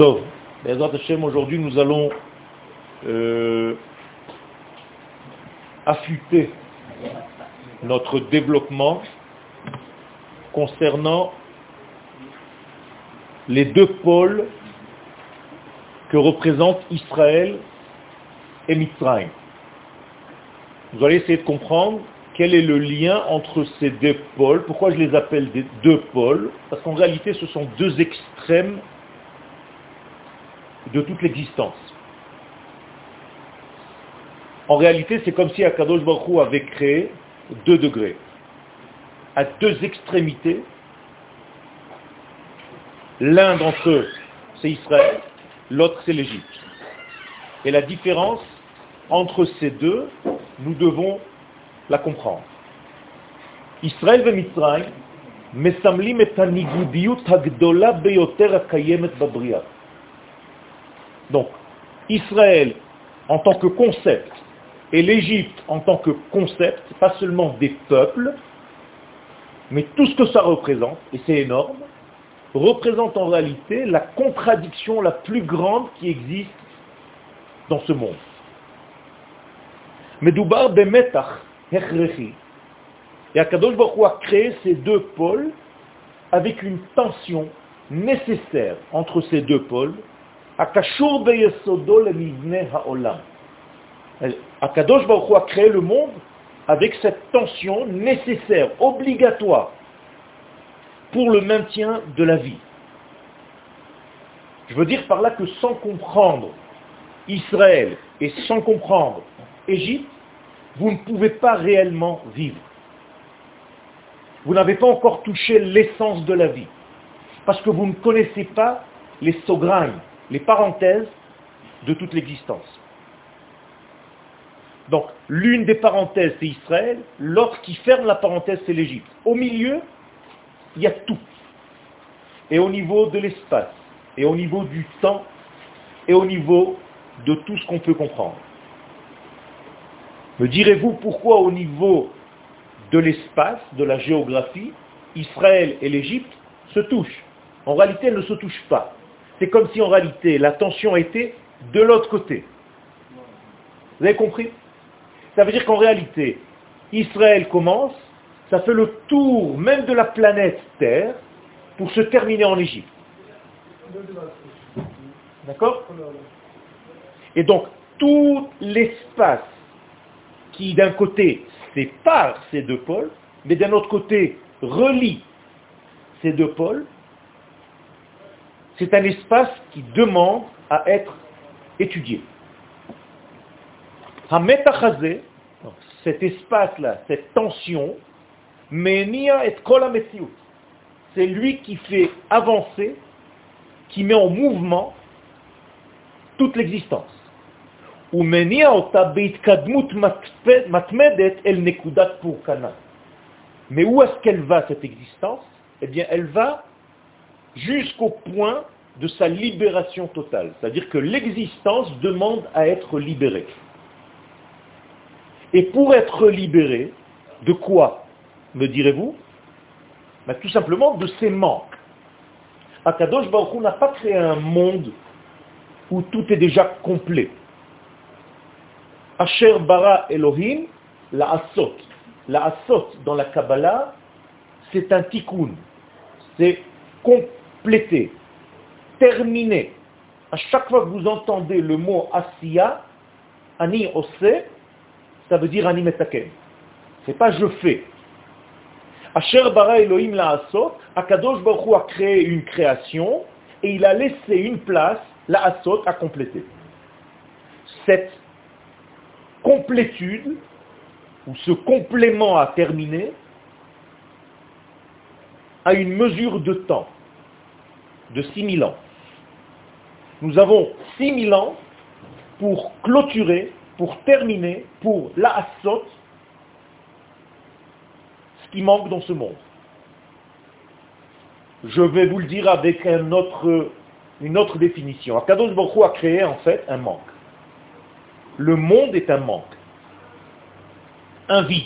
Tov. Bezrat Hashem, aujourd'hui nous allons affûter notre développement concernant les deux pôles que représentent Israël et Mitzrayim. Vous allez essayer de comprendre quel est le lien entre ces deux pôles. Pourquoi je les appelle des deux pôles? Parce qu'en réalité, ce sont deux extrêmes de toute l'existence. En réalité, c'est comme si Akadosh Baruch Hu avait créé deux degrés. À deux extrémités, l'un d'entre eux, c'est Israël, l'autre, c'est l'Égypte. Et la différence entre ces deux, nous devons la comprendre. Israël et Mitzrayim, mesamlim et hanigudiyut hagdola beyoter hakayemet babriya. Donc, Israël en tant que concept et l'Égypte en tant que concept, pas seulement des peuples, mais tout ce que ça représente, et c'est énorme, représente en réalité la contradiction la plus grande qui existe dans ce monde. Medoubar bemetach hechrechi. Et Akadosh Baruch Hu a créé ces deux pôles avec une tension nécessaire entre ces deux pôles. Akashur beyesodo lemivne haolam. Akadosh Baruch Hu a créé le monde avec cette tension nécessaire, obligatoire, pour le maintien de la vie. Je veux dire par là que sans comprendre Israël et sans comprendre Égypte, vous ne pouvez pas réellement vivre. Vous n'avez pas encore touché l'essence de la vie, parce que vous ne connaissez pas les sograim, les parenthèses de toute l'existence. Donc, l'une des parenthèses, c'est Israël, l'autre qui ferme la parenthèse, c'est l'Égypte. Au milieu, il y a tout. Et au niveau de l'espace, et au niveau du temps, et au niveau de tout ce qu'on peut comprendre. Me direz-vous pourquoi au niveau de l'espace, de la géographie, Israël et l'Égypte se touchent? En réalité, elles ne se touchent pas. C'est comme si en réalité la tension était de l'autre côté. Vous avez compris? Ça veut dire qu'en réalité, Israël commence, ça fait le tour même de la planète Terre pour se terminer en Égypte. D'accord? Et donc, tout l'espace qui d'un côté sépare ces deux pôles, mais d'un autre côté relie ces deux pôles, c'est un espace qui demande à être étudié. Hametachazé, cet espace-là, cette tension, menia et kol hametziut, c'est lui qui fait avancer, qui met en mouvement toute l'existence. Mais où est-ce qu'elle va, cette existence? Eh bien, elle va jusqu'au point de sa libération totale. C'est-à-dire que l'existence demande à être libérée. Et pour être libérée, de quoi, me direz-vous? Ben, tout simplement de ses manques. Akadosh Baruch Hu n'a pas créé un monde où tout est déjà complet. Asher bara Elohim, la asot. La asot dans la Kabbalah, c'est un tikkun. C'est compléter, terminer. À chaque fois que vous entendez le mot asiya, ani ose, ça veut dire ani metaken. C'est pas je fais. Asher bara Elohim la asot, Akadosh Baruch Hu a créé une création et il a laissé une place, la asot, à compléter. Cette complétude, ou ce complément à terminer, a une mesure de temps de 6000 ans. Nous avons 6000 ans pour clôturer, pour terminer, pour la asot, ce qui manque dans ce monde. Je vais vous le dire avec une autre définition. Akadosh Baruch Hu a créé en fait un manque. Le monde est un manque, un vide.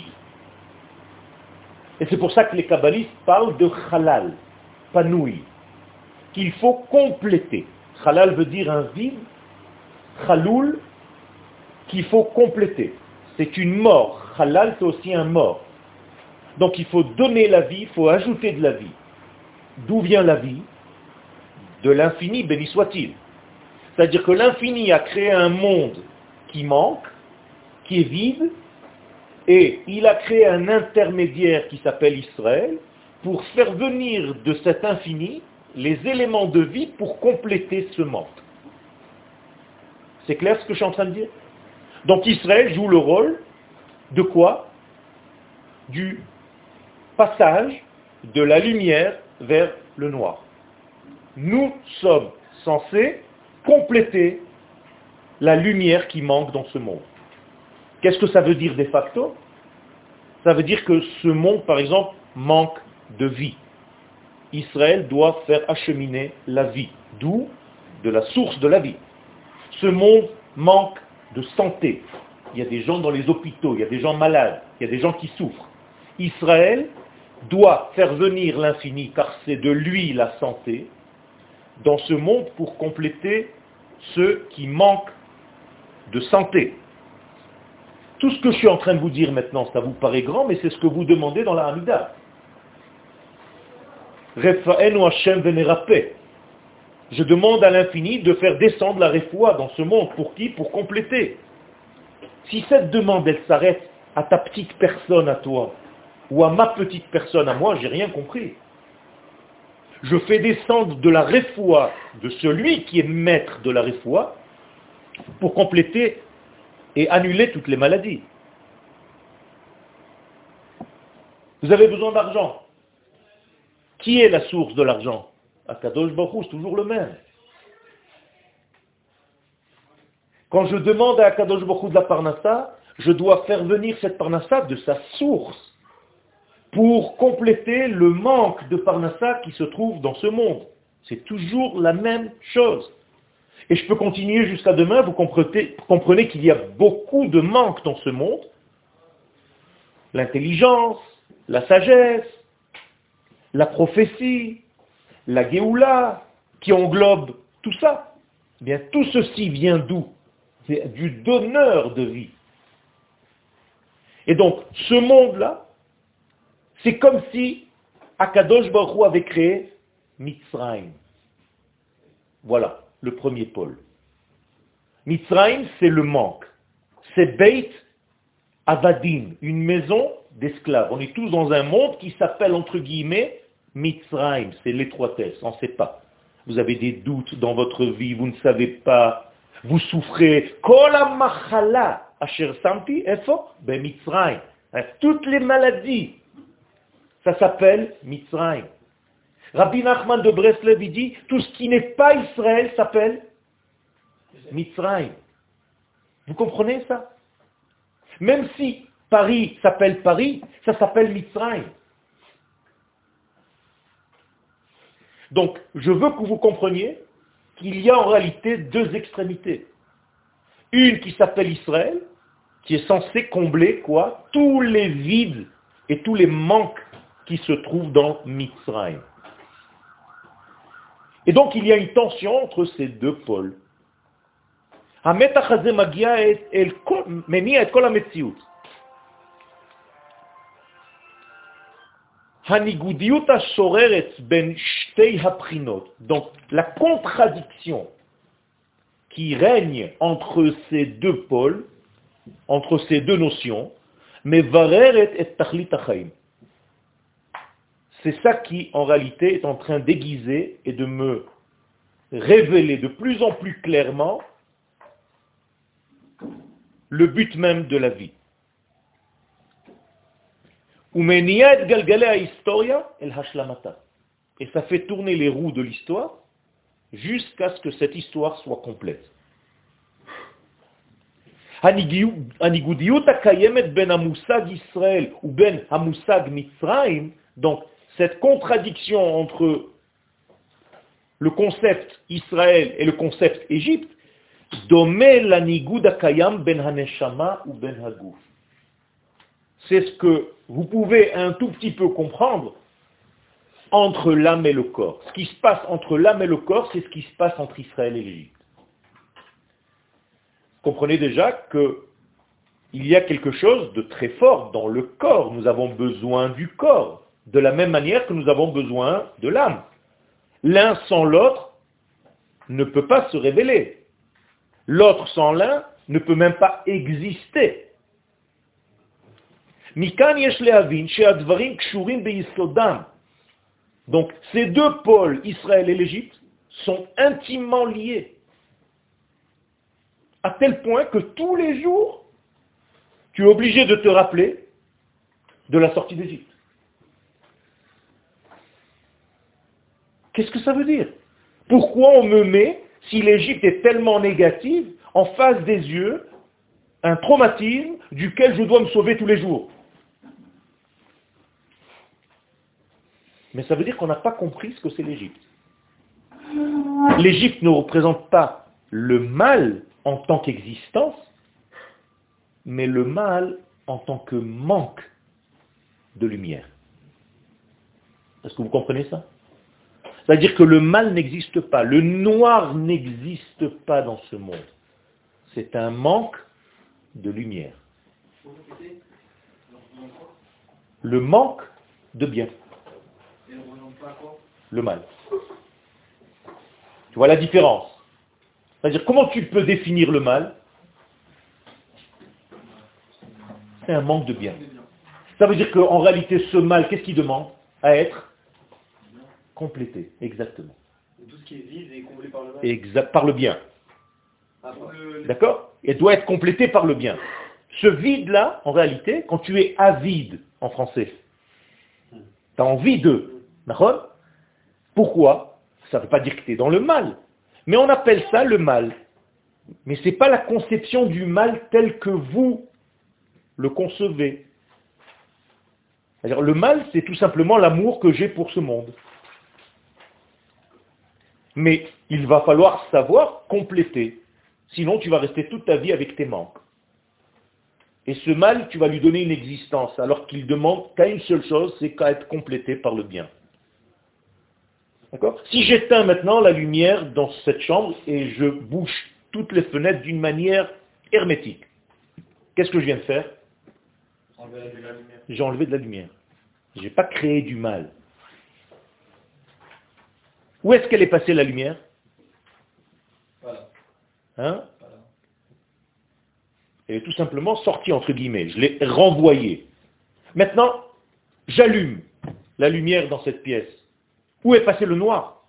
Et c'est pour ça que les kabbalistes parlent de halal, panoui, qu'il faut compléter. Halal veut dire un vide, chaloul, qu'il faut compléter. C'est une mort. Halal, c'est aussi un mort. Donc il faut donner la vie, il faut ajouter de la vie. D'où vient la vie? De l'infini, béni soit-il. C'est-à-dire que l'infini a créé un monde qui manque, qui est vide, et il a créé un intermédiaire qui s'appelle Israël pour faire venir de cet infini les éléments de vie pour compléter ce manque. C'est clair ce que je suis en train de dire? Donc Israël joue le rôle de quoi? Du passage de la lumière vers le noir. Nous sommes censés compléter la lumière qui manque dans ce monde. Qu'est-ce que ça veut dire de facto? Ça veut dire que ce monde, par exemple, manque de vie. Israël doit faire acheminer la vie, d'où de la source de la vie. Ce monde manque de santé. Il y a des gens dans les hôpitaux, il y a des gens malades, il y a des gens qui souffrent. Israël doit faire venir l'infini, car c'est de lui la santé, dans ce monde pour compléter ceux qui manquent de santé. Tout ce que je suis en train de vous dire maintenant, ça vous paraît grand, mais c'est ce que vous demandez dans la Hamida. Refa'enu Hashem venerapé. Je demande à l'infini de faire descendre la refoua dans ce monde. Pour qui? Pour compléter. Si cette demande, elle s'arrête à ta petite personne à toi, ou à ma petite personne à moi, j'ai rien compris. Je fais descendre de la refoua de celui qui est maître de la refoua pour compléter et annuler toutes les maladies. Vous avez besoin d'argent. Qui est la source de l'argent? Akadosh Baruch Hu, c'est toujours le même. Quand je demande à Akadosh Baruch Hu de la parnassa, je dois faire venir cette parnassa de sa source pour compléter le manque de parnassa qui se trouve dans ce monde. C'est toujours la même chose. Et je peux continuer jusqu'à demain, vous comprenez qu'il y a beaucoup de manques dans ce monde. L'intelligence, la sagesse, la prophétie, la Géoula, qui englobe tout ça. Eh bien, tout ceci vient d'où? C'est du donneur de vie. Et donc, ce monde-là, c'est comme si Akadosh Baruch Hu avait créé Mitzrayim. Voilà, le premier pôle. Mitzrayim, c'est le manque. C'est Beit Avadim, une maison d'esclaves. On est tous dans un monde qui s'appelle, entre guillemets, Mitzrayim. C'est l'étroitesse, on ne sait pas. Vous avez des doutes dans votre vie, vous ne savez pas, vous souffrez. Kol ha-machala asher samti efo be-Mitzrayim. Toutes les maladies, ça s'appelle Mitzrayim. Rabbi Nachman de Breslev, il dit, tout ce qui n'est pas Israël s'appelle Mitzrayim. Vous comprenez ça? Même si Paris s'appelle Paris, ça s'appelle Mitzrayim. Donc, je veux que vous compreniez qu'il y a en réalité deux extrémités. Une qui s'appelle Israël, qui est censée combler quoi? Tous les vides et tous les manques qui se trouvent dans Mitzrayim. Et donc, il y a une tension entre ces deux pôles. המתח הזה מניע את כל המציאות. הניגודיות השוררת בין שתי הבחינות, donc la contradiction qui règne entre ces deux pôles, entre ces deux notions, מבררת את תכלית החיים. C'est ça qui, en réalité, est en train d'aiguiser et de me révéler de plus en plus clairement le but même de la vie. Et ça fait tourner les roues de l'histoire jusqu'à ce que cette histoire soit complète. Donc, cette contradiction entre le concept Israël et le concept Égypte, c'est ce que vous pouvez un tout petit peu comprendre entre l'âme et le corps. Ce qui se passe entre l'âme et le corps, c'est ce qui se passe entre Israël et l'Égypte. Comprenez déjà que il y a quelque chose de très fort dans le corps. Nous avons besoin du corps, de la même manière que nous avons besoin de l'âme. L'un sans l'autre ne peut pas se révéler. L'autre sans l'un ne peut même pas exister. Donc ces deux pôles, Israël et l'Égypte, sont intimement liés. À tel point que tous les jours, tu es obligé de te rappeler de la sortie d'Égypte. Qu'est-ce que ça veut dire? Pourquoi on me met, si l'Égypte est tellement négative, en face des yeux, un traumatisme duquel je dois me sauver tous les jours? Mais ça veut dire qu'on n'a pas compris ce que c'est l'Égypte. L'Égypte ne représente pas le mal en tant qu'existence, mais le mal en tant que manque de lumière. Est-ce que vous comprenez ça? C'est-à-dire que le mal n'existe pas, le noir n'existe pas dans ce monde. C'est un manque de lumière. Le manque de bien. Le mal. Tu vois la différence? C'est-à-dire, comment tu peux définir le mal? C'est un manque de bien. Ça veut dire qu'en réalité, ce mal, qu'est-ce qu'il demande? À être complété. Exactement. Tout ce qui est vide est comblé par le mal. Par le bien. D'accord? Il doit être complété par le bien. Ce vide-là, en réalité, quand tu es avide, en français, tu as envie de. D'accord? Pourquoi? Ça ne veut pas dire que tu es dans le mal. Mais on appelle ça le mal. Mais ce n'est pas la conception du mal tel que vous le concevez. C'est-à-dire, le mal, c'est tout simplement l'amour que j'ai pour ce monde. Mais il va falloir savoir compléter. Sinon, tu vas rester toute ta vie avec tes manques. Et ce mal, tu vas lui donner une existence, alors qu'il demande qu'à une seule chose, c'est qu'à être complété par le bien. D'accord? Si j'éteins maintenant la lumière dans cette chambre et je bouche toutes les fenêtres d'une manière hermétique, qu'est-ce que je viens de faire? J'ai enlevé de la lumière. Je n'ai pas créé du mal. Où est-ce qu'elle est passée la lumière? Hein? Elle est tout simplement sortie entre guillemets. Je l'ai renvoyée. Maintenant, j'allume la lumière dans cette pièce. Où est passé le noir?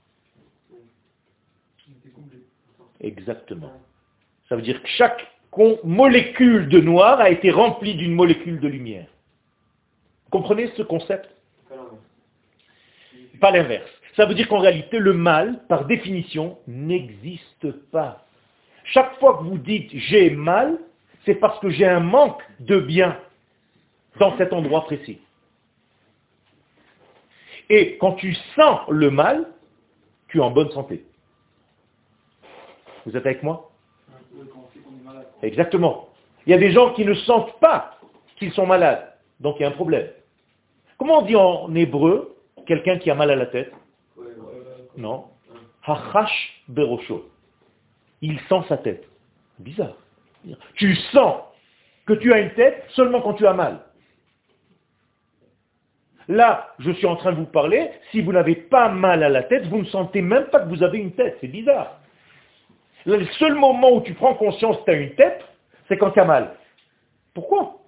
Exactement. Ça veut dire que chaque molécule de noir a été remplie d'une molécule de lumière. Comprenez ce concept? Pas l'inverse. Ça veut dire qu'en réalité, le mal, par définition, n'existe pas. Chaque fois que vous dites j'ai mal, c'est parce que j'ai un manque de bien dans cet endroit précis. Et quand tu sens le mal, tu es en bonne santé. Vous êtes avec moi? Exactement. Il y a des gens qui ne sentent pas qu'ils sont malades. Donc il y a un problème. Comment on dit en hébreu quelqu'un qui a mal à la tête? Non. Hachash berosho. Il sent sa tête. Bizarre. Tu sens que tu as une tête seulement quand tu as mal. Là, je suis en train de vous parler, si vous n'avez pas mal à la tête, vous ne sentez même pas que vous avez une tête. C'est bizarre. Là, le seul moment où tu prends conscience que tu as une tête, c'est quand tu as mal. Pourquoi?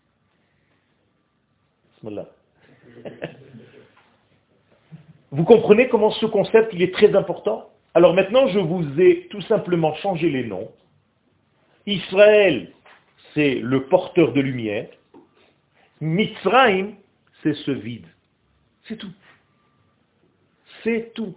Vous comprenez comment ce concept il est très important? Alors maintenant, je vous ai tout simplement changé les noms. Israël, c'est le porteur de lumière. Mitzrayim, c'est ce vide. C'est tout. C'est tout.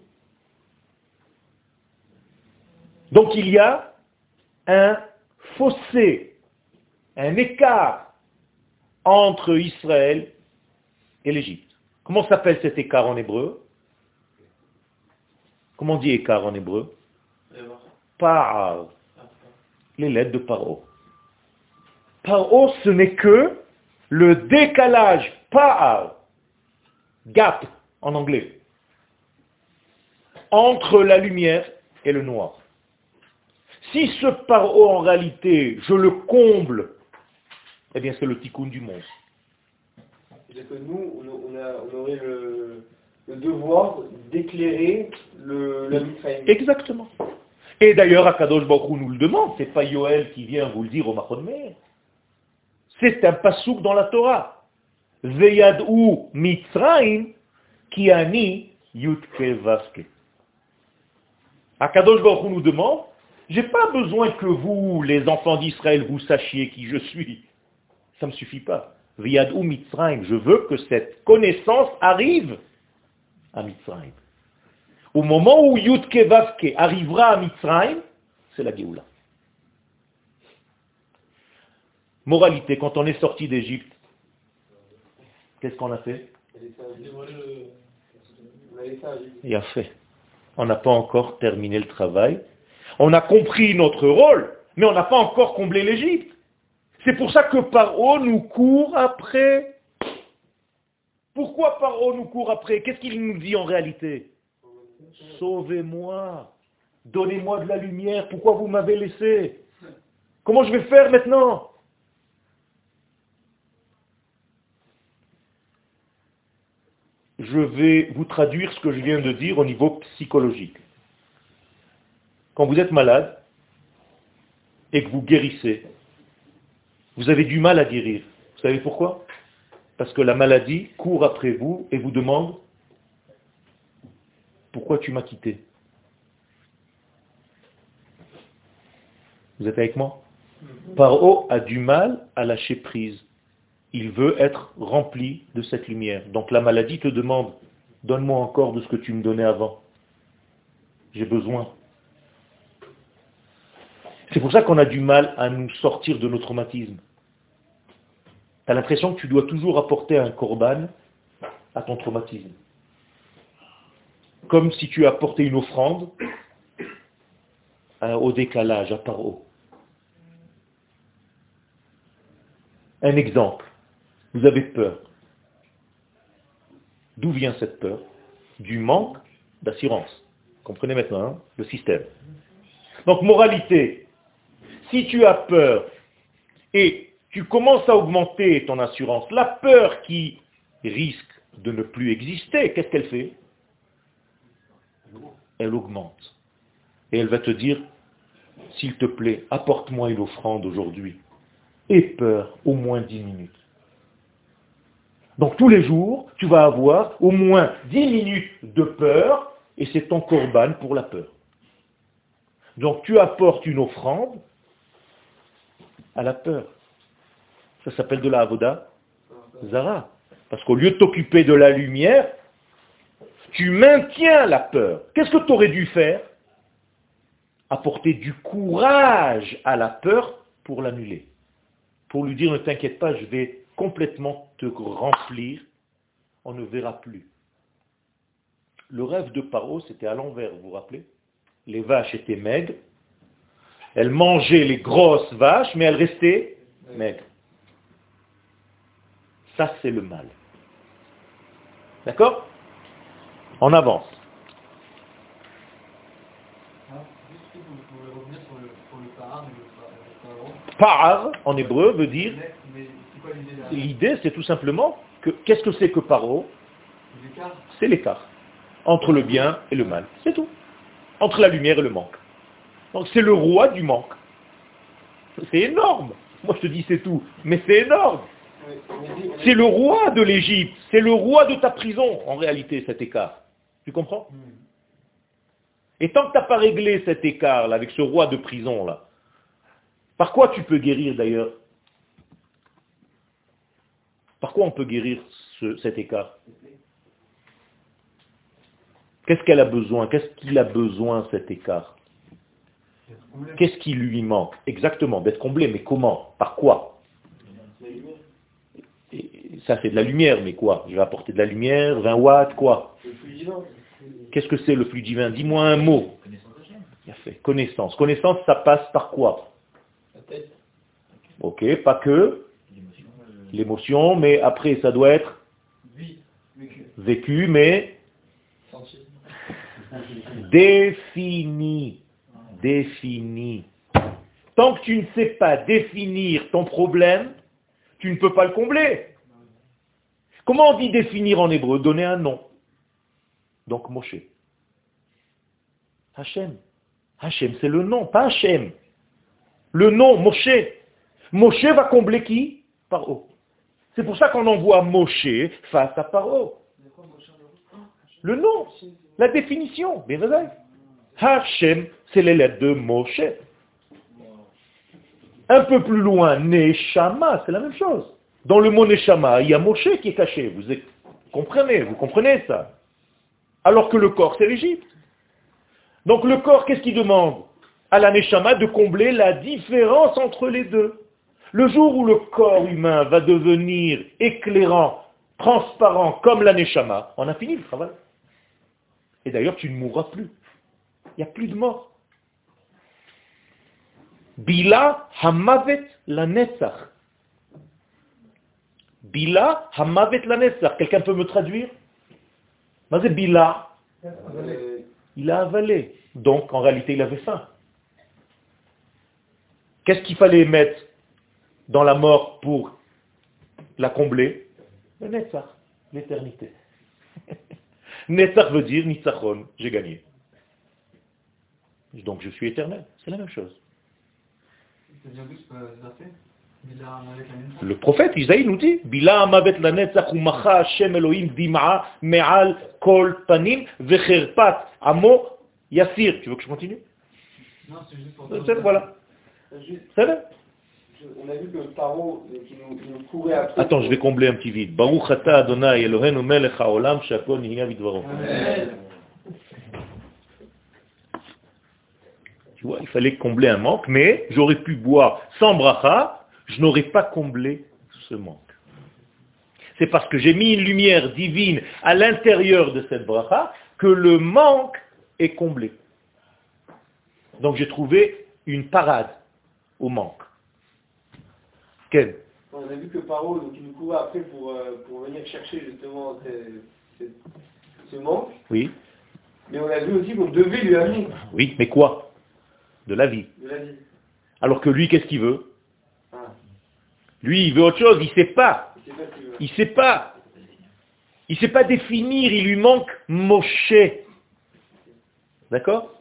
Donc il y a un fossé, un écart entre Israël et l'Égypte. Comment s'appelle cet écart en hébreu? Comment on dit écart en hébreu? Par. Les lettres de Paro. Paro, ce n'est que le décalage, par, gap en anglais. entre la lumière et le noir. Si ce paro en réalité, je le comble, eh bien c'est le tikkun du monde. C'est-à-dire que nous, on aurait le devoir d'éclairer la Mitzrayim. Exactement. Et d'ailleurs, Akadosh Baruch Hu nous le demande, c'est pas Yoël qui vient vous le dire au Machon Meir. C'est un pasouk dans la Torah. Veyadou Mitzrayim ki ani yutke vaske. Akadosh Baruch Hu nous demande, j'ai pas besoin que vous, les enfants d'Israël, vous sachiez qui je suis. Ça ne me suffit pas. Veyadou Mitzrayim, je veux que cette connaissance arrive à Mitzrayim. Au moment où Yutke Vavke arrivera à Mitzrayim, c'est la Géoula. Moralité, quand on est sorti d'Égypte, qu'est-ce qu'on a fait? Il a fait. On n'a pas encore terminé le travail. On a compris notre rôle, mais on n'a pas encore comblé l'Égypte. C'est pour ça que Paro nous court après. Pourquoi Paro nous court après? Qu'est-ce qu'il nous dit en réalité? Sauvez-moi, donnez-moi de la lumière, pourquoi vous m'avez laissé? Comment je vais faire maintenant? Je vais vous traduire ce que je viens de dire au niveau psychologique. Quand vous êtes malade et que vous guérissez, vous avez du mal à guérir. Vous savez pourquoi? Parce que la maladie court après vous et vous demande: pourquoi tu m'as quitté? Vous êtes avec moi? Paro a du mal à lâcher prise. Il veut être rempli de cette lumière. Donc la maladie te demande: donne-moi encore de ce que tu me donnais avant. J'ai besoin. C'est pour ça qu'on a du mal à nous sortir de nos traumatismes. Tu as l'impression que tu dois toujours apporter un korban à ton traumatisme. Comme si tu apportais une offrande au décalage, à Paro. Un exemple. Vous avez peur. D'où vient cette peur? Du manque d'assurance. Comprenez maintenant, hein, le système. Donc, moralité. Si tu as peur et tu commences à augmenter ton assurance, la peur qui risque de ne plus exister, qu'est-ce qu'elle fait? Elle augmente. Et elle va te dire: s'il te plaît, apporte-moi une offrande aujourd'hui. Aie peur au moins 10 minutes. Donc tous les jours, tu vas avoir au moins 10 minutes de peur, et c'est ton korban pour la peur. Donc tu apportes une offrande à la peur. Ça s'appelle de la avoda zara. Parce qu'au lieu de t'occuper de la lumière, tu maintiens la peur. Qu'est-ce que tu aurais dû faire? Apporter du courage à la peur pour l'annuler. Pour lui dire: ne t'inquiète pas, je vais complètement te remplir, on ne verra plus. Le rêve de Paro, c'était à l'envers, vous vous rappelez? Les vaches étaient maigres, elles mangeaient les grosses vaches, mais elles restaient maigres. Ça, c'est le mal. D'accord? On avance. Par, en hébreu, veut dire... L'idée, c'est tout simplement que, qu'est-ce que c'est que Paro? C'est l'écart entre le bien et le mal. C'est tout. Entre la lumière et le manque. Donc c'est le roi du manque. C'est énorme. Moi je te dis c'est tout, mais c'est énorme. C'est le roi de l'Égypte. C'est le roi de ta prison, en réalité, cet écart. Tu comprends? Et tant que tu n'as pas réglé cet écart-là, avec ce roi de prison-là, par quoi tu peux guérir d'ailleurs? Par quoi on peut guérir cet écart? Qu'est-ce qu'elle a besoin? Qu'est-ce qu'il a besoin, cet écart? Qu'est-ce qui lui manque? Exactement, d'être comblé, mais comment? Par quoi? Et ça c'est de la lumière, mais quoi? Je vais apporter de la lumière, 20 watts, quoi? Qu'est-ce que c'est le flux divin? Dis-moi un mot. Il a fait connaissance. Connaissance, ça passe par quoi? Ok, pas que l'émotion, mais après ça doit être vécu, mais Défini. Défini. Tant que tu ne sais pas définir ton problème, tu ne peux pas le combler. Comment on dit définir en hébreu? Donner un nom. Donc Moshe. Hachem. Hachem, c'est le nom, pas Hachem. Le nom, Moshe. Moshe va combler qui? Paro. C'est pour ça qu'on envoie Moshe face à Paro. Le nom, la définition. Bien vrai. Hachem, c'est les lettres de Moshe. Un peu plus loin, Neshama, c'est la même chose. Dans le mot Neshama, il y a Moshe qui est caché. Vous comprenez ça. Alors que le corps, c'est l'Égypte. Donc le corps, qu'est-ce qu'il demande à la Neshama? De combler la différence entre les deux. Le jour où le corps humain va devenir éclairant, transparent comme la Neshama, on a fini le travail. Et d'ailleurs, tu ne mourras plus. Il n'y a plus de mort. Bila hamavet la netzach. Bila hamavet la netzach. Quelqu'un peut me traduire? Mais c'est Bila. Il a avalé. Donc, en réalité, il avait faim. Qu'est-ce qu'il fallait mettre dans la mort pour la combler? Le netzach, l'éternité. Netzach veut dire nitzachon, j'ai gagné. Donc, je suis éternel. C'est la même chose. Le prophète Isaïe nous dit Bila amavet la netzach umacha Hashem Elohim dim'a me'al kol panim vecherpat amo yasir. Tu veux que je continue? Non, c'est juste pour voilà. C'est vrai. On a vu que Paro qui nous courait après. Attends, je vais combler un petit vide. Baruch ata Adonai Eloheinu melech haolam shakol nihya vidvaro. Tu vois, il fallait combler un manque, mais j'aurais pu boire sans bracha, je n'aurais pas comblé ce manque. C'est parce que j'ai mis une lumière divine à l'intérieur de cette bracha que le manque est comblé. Donc j'ai trouvé une parade au manque. Quel? On a vu que Paro, donc, il nous courait après pour venir chercher justement ce manque. Oui. Mais on a vu aussi qu'on devait lui amener. Oui, mais quoi? De la vie. De la vie. Alors que lui, qu'est-ce qu'il veut? Lui, il veut autre chose, il ne sait pas. Il ne sait pas. Il ne sait pas définir, il lui manque Moshe. D'accord?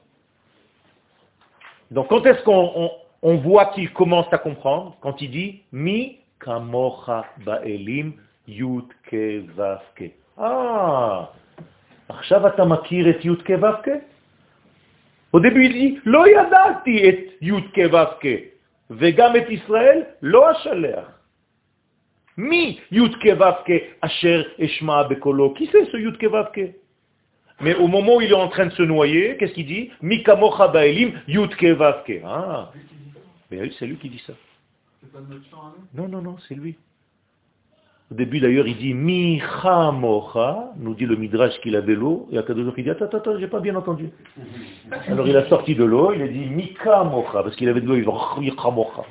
Donc quand est-ce qu'on voit qu'il commence à comprendre? Quand il dit Mi kamocha ba'elim yudke vavke. Ah! עכשיו אתה מכיר את י' כו' Au début, il dit, לא ידעתי את י' כו' וגם את ישראל לא אשלח. מי י' כו' אשר אשמע בקולו? Qui c'est ce י' כו'? Mais au moment où il est en train de se noyer, qu'est-ce qu'il dit? Mi kamocha ba'elim y' kevavke. Ah, mais c'est lui qui dit ça. C'est pas notre chant à Non, nous? non, non, c'est lui. Au début d'ailleurs, il dit mi chamocha, nous dit le midrash qu'il avait l'eau, et Akadosh il dit attends, j'ai pas bien entendu. Alors il a sorti de l'eau, il a dit mi kamocha, parce qu'il avait de l'eau, il dit mi chamocha.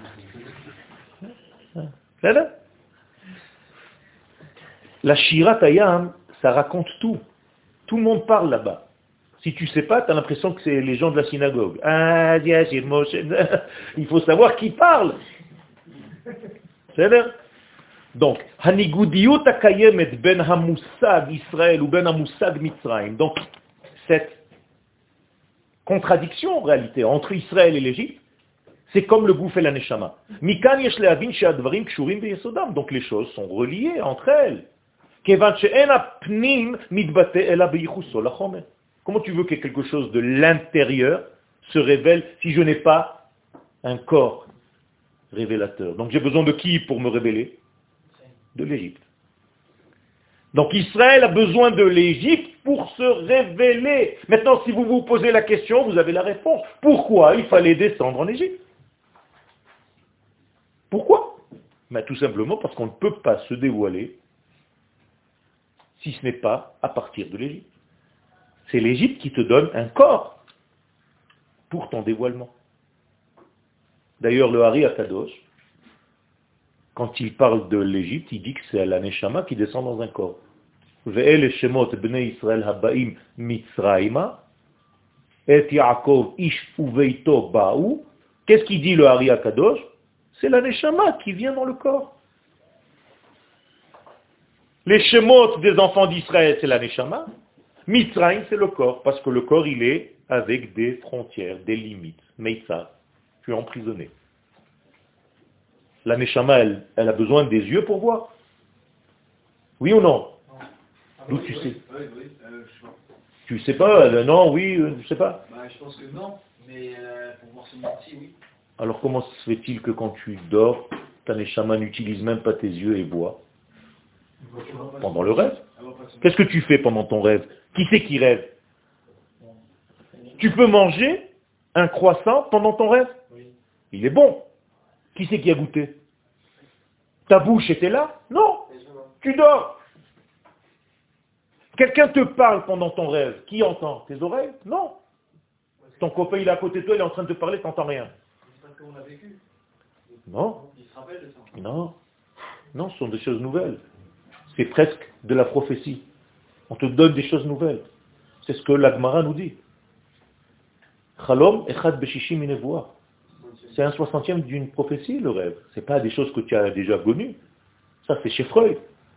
La Shirat Hayam, ça raconte tout. Tout le monde parle là-bas. Si tu sais pas, tu as l'impression que c'est les gens de la synagogue. Ah, il faut savoir qui parle. C'est vrai? Donc, Hanigudiyut akayemet ben hamusag Israël ou ben hamusag Mitzrayim. Donc, cette contradiction en réalité entre Israël et l'Égypte, c'est comme le gouffre et la neshama. Mikan yesh lehavin she'advarim kshurim beyesodam. Donc les choses sont reliées entre elles. Comment tu veux que quelque chose de l'intérieur se révèle si je n'ai pas un corps révélateur? Donc j'ai besoin de qui pour me révéler? De l'Égypte. Donc Israël a besoin de l'Égypte pour se révéler. Maintenant, si vous vous posez la question, vous avez la réponse. Pourquoi il fallait descendre en Égypte? Pourquoi? Ben, tout simplement parce qu'on ne peut pas se dévoiler si ce n'est pas à partir de l'Égypte. C'est l'Égypte qui te donne un corps pour ton dévoilement. D'ailleurs, le Hari Akadosh, quand il parle de l'Égypte, il dit que c'est la Neshama qui descend dans un corps. Ve'el shemot bnei Israël habaim mitzrayma, et Yaakov ish uveito ba'u. Qu'est-ce qu'il dit le Ari Akadosh? C'est la Neshama qui vient dans le corps. Les Shemot des enfants d'Israël, c'est la Neshama. Mitzrayim, c'est le corps, parce que le corps, il est avec des frontières, des limites. Meitza, tu es emprisonné. La Neshama, elle a besoin des yeux pour voir. Oui ou non? D'où tu sais? Tu sais pas? Non, oui, je sais pas. Je pense que non, mais pour voir son métier, oui. Alors comment se fait-il que quand tu dors, ta Neshama n'utilise même pas tes yeux et voit? Pendant le rêve. Qu'est-ce que tu fais pendant ton rêve? Qui c'est qui rêve? Tu peux manger un croissant pendant ton rêve? Il est bon. Qui c'est qui a goûté? Ta bouche était là? Non. Tu dors. Quelqu'un te parle pendant ton rêve. Qui entend? Tes oreilles? Non. Ton copain, il est à côté de toi, il est en train de te parler, tu n'entends rien. C'est parce qu'on l'a vécu. Non. Il se rappelle de ça. Non. Non, ce sont des choses nouvelles. C'est presque de la prophétie. On te donne des choses nouvelles. C'est ce que la Gemara nous dit. Chalom echad beshishim minevoa. C'est un 60e d'une prophétie, le rêve. Ce n'est pas des choses que tu as déjà connues. Ça, c'est chez Freud.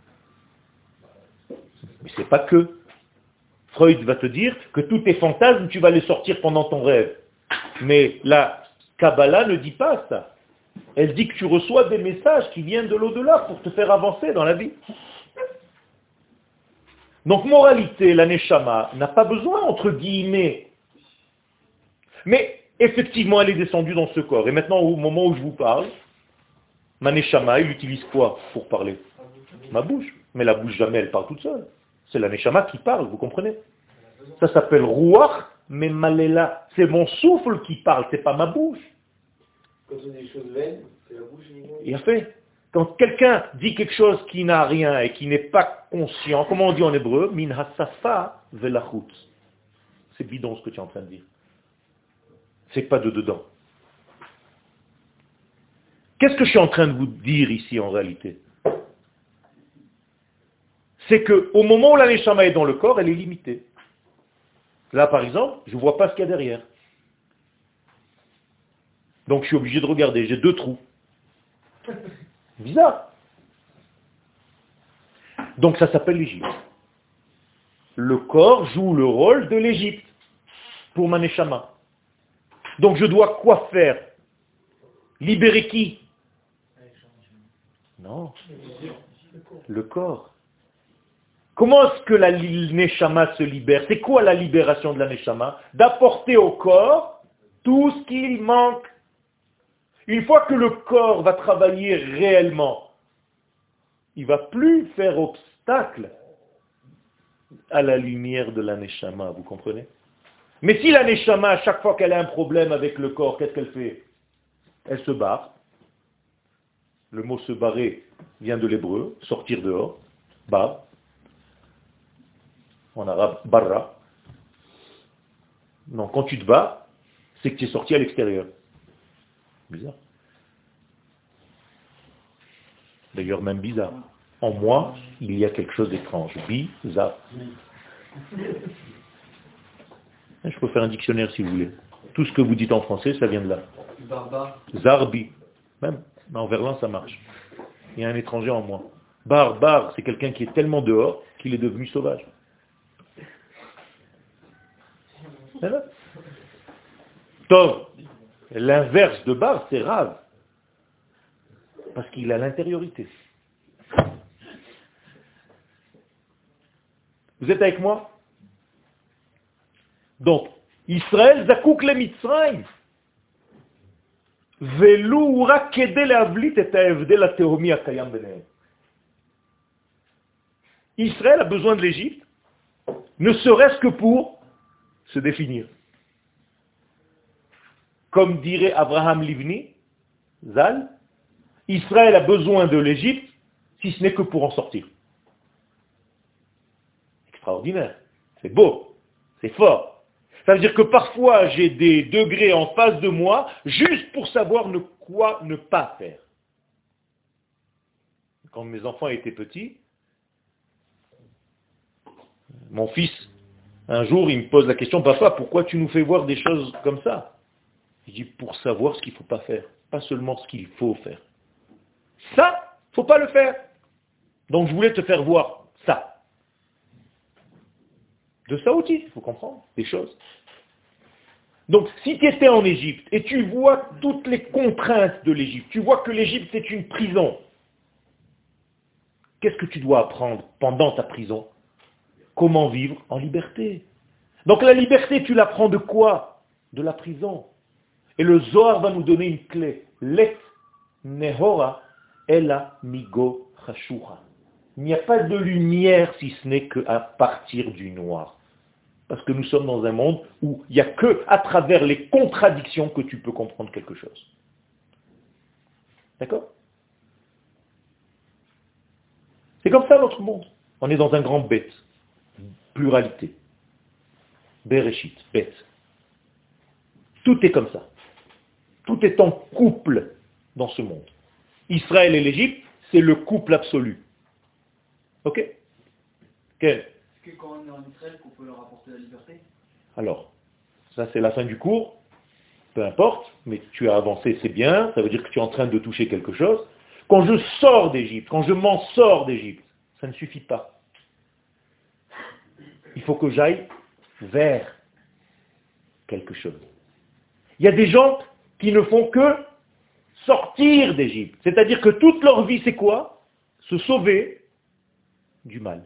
Mais c'est pas que. Freud va te dire que tous tes fantasmes, tu vas les sortir pendant ton rêve. Mais la Kabbalah ne dit pas ça. Elle dit que tu reçois des messages qui viennent de l'au-delà pour te faire avancer dans la vie. Donc, moralité, la Neshama n'a pas besoin, entre guillemets. Mais, effectivement, elle est descendue dans ce corps. Et maintenant, au moment où je vous parle, ma Neshama, il utilise quoi pour parler? Ma bouche. Mais la bouche, jamais, elle parle toute seule. C'est la Neshama qui parle, vous comprenez? Ça s'appelle Ruach Memalela. C'est mon souffle qui parle, c'est pas ma bouche. Quand on dit des choses vaines, c'est la bouche uniquement. Il a fait. Quand quelqu'un dit quelque chose qui n'a rien et qui n'est pas conscient, comment on dit en hébreu? Min hasafa velachut. C'est bidon ce que tu es en train de dire. C'est pas de dedans. Qu'est-ce que je suis en train de vous dire ici en réalité? C'est qu'au moment où la neshama est dans le corps, elle est limitée. Là, par exemple, je ne vois pas ce qu'il y a derrière. Donc je suis obligé de regarder, j'ai 2 trous. Bizarre. Donc ça s'appelle l'Égypte. Le corps joue le rôle de l'Égypte pour ma neshama. Donc je dois quoi faire? Libérer qui? Non. Le corps. Comment est-ce que la neshama se libère? C'est quoi la libération de la neshama? D'apporter au corps tout ce qu'il manque. Une fois que le corps va travailler réellement, il ne va plus faire obstacle à la lumière de la neshama, vous comprenez? Mais si la neshama, à chaque fois qu'elle a un problème avec le corps, qu'est-ce qu'elle fait? Elle se barre. Le mot se barrer vient de l'hébreu, sortir dehors, bar. En arabe, barra. Non, quand tu te bats, c'est que tu es sorti à l'extérieur. Bizarre. D'ailleurs, même bizarre. En moi, il y a quelque chose d'étrange. Bizarre. Je peux faire un dictionnaire si vous voulez. Tout ce que vous dites en français, ça vient de là. Barbare. Zarbi. Même en verlan, ça marche. Il y a un étranger en moi. Bar, c'est quelqu'un qui est tellement dehors qu'il est devenu sauvage. Tov, l'inverse de bar, c'est rave. Parce qu'il a l'intériorité. Vous êtes avec moi? Donc, Israël zakouk le Mitzrayim. Velu rak kedei lehavlit et ha'evdel hatehomi hakayam benehem. Israël a besoin de l'Égypte, ne serait-ce que pour se définir. Comme dirait Abraham Livni, Zal, Israël a besoin de l'Égypte, si ce n'est que pour en sortir. Extraordinaire, c'est beau, c'est fort. Ça veut dire que parfois j'ai des degrés en face de moi, juste pour savoir quoi ne pas faire. Quand mes enfants étaient petits, mon fils Un jour, il me pose la question, papa, pourquoi tu nous fais voir des choses comme ça? Je dis, pour savoir ce qu'il ne faut pas faire, pas seulement ce qu'il faut faire. Ça, il ne faut pas le faire. Donc je voulais te faire voir ça. De ça aussi, il faut comprendre des choses. Donc si tu étais en Égypte et tu vois toutes les contraintes de l'Égypte, tu vois que l'Égypte est une prison, qu'est-ce que tu dois apprendre pendant ta prison? Comment vivre en liberté. Donc la liberté, tu l'apprends de quoi? De la prison. Et le Zohar va nous donner une clé. Let nehora ela migo chashura. Il n'y a pas de lumière si ce n'est qu'à partir du noir. Parce que nous sommes dans un monde où il n'y a que à travers les contradictions que tu peux comprendre quelque chose. D'accord? C'est comme ça notre monde. On est dans un grand bête. Pluralité. Bereshit, bête. Tout est comme ça. Tout est en couple dans ce monde. Israël et l'Égypte, c'est le couple absolu. Ok? Quel? Est-ce que quand on est en Israël, qu'on peut leur apporter la liberté? Alors, ça c'est la fin du cours. Peu importe, mais tu as avancé, c'est bien. Ça veut dire que tu es en train de toucher quelque chose. Quand je sors d'Égypte, quand je m'en sors d'Égypte, ça ne suffit pas. Il faut que j'aille vers quelque chose. Il y a des gens qui ne font que sortir d'Égypte. C'est-à-dire que toute leur vie, c'est quoi? Se sauver du mal.